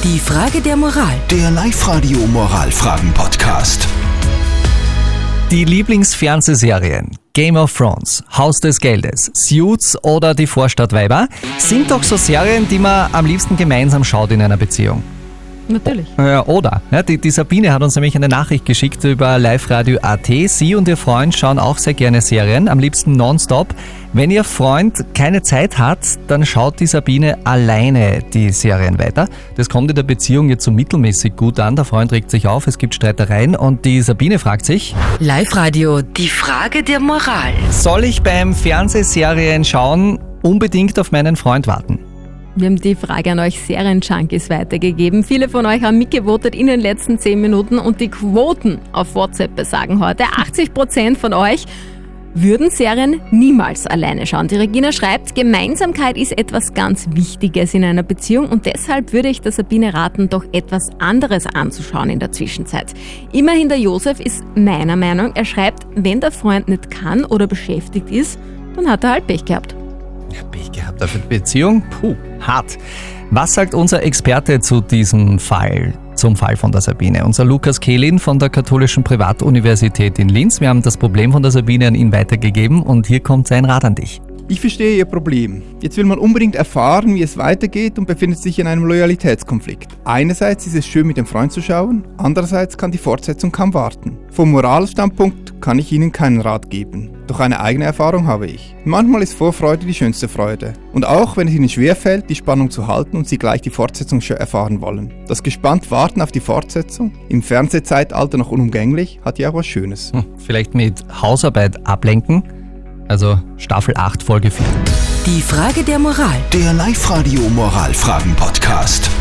Die Frage der Moral. Der Live-Radio Moralfragen-Podcast. Die Lieblingsfernsehserien Game of Thrones, Haus des Geldes, Suits oder Die Vorstadtweiber sind doch so Serien, die man am liebsten gemeinsam schaut in einer Beziehung. Natürlich. Oder? Ja, die Sabine hat uns nämlich eine Nachricht geschickt über liveradio.at. Sie und ihr Freund schauen auch sehr gerne Serien, am liebsten nonstop. Wenn ihr Freund keine Zeit hat, dann schaut die Sabine alleine die Serien weiter. Das kommt in der Beziehung jetzt so mittelmäßig gut an. Der Freund regt sich auf, es gibt Streitereien und die Sabine fragt sich: Live-Radio, die Frage der Moral. Soll ich beim Fernsehserien schauen unbedingt auf meinen Freund warten? Wir haben die Frage an euch Serien-Junkies weitergegeben. Viele von euch haben mitgevotet in den letzten 10 Minuten und die Quoten auf WhatsApp besagen heute: 80% von euch würden Serien niemals alleine schauen. Die Regina schreibt, Gemeinsamkeit ist etwas ganz Wichtiges in einer Beziehung und deshalb würde ich der Sabine raten, doch etwas anderes anzuschauen in der Zwischenzeit. Immerhin der Josef ist meiner Meinung. Er schreibt, wenn der Freund nicht kann oder beschäftigt ist, dann hat er halt Pech gehabt. Pech gehabt auf eine Beziehung? Hart. Was sagt unser Experte zu diesem Fall, zum Fall von der Sabine? Unser Lukas Kehlin von der Katholischen Privatuniversität in Linz. Wir haben das Problem von der Sabine an ihn weitergegeben und hier kommt sein Rat an dich. Ich verstehe Ihr Problem. Jetzt will man unbedingt erfahren, wie es weitergeht und befindet sich in einem Loyalitätskonflikt. Einerseits ist es schön, mit dem Freund zu schauen, andererseits kann die Fortsetzung kaum warten. Vom Moralstandpunkt kann ich Ihnen keinen Rat geben, doch eine eigene Erfahrung habe ich. Manchmal ist Vorfreude die schönste Freude. Und auch wenn es Ihnen schwerfällt, die Spannung zu halten und Sie gleich die Fortsetzung schon erfahren wollen. Das gespannt Warten auf die Fortsetzung, im Fernsehzeitalter noch unumgänglich, hat ja auch was Schönes. Vielleicht mit Hausarbeit ablenken? Also Staffel 8, Folge 4. Die Frage der Moral. Der Live-Radio Moralfragen-Podcast.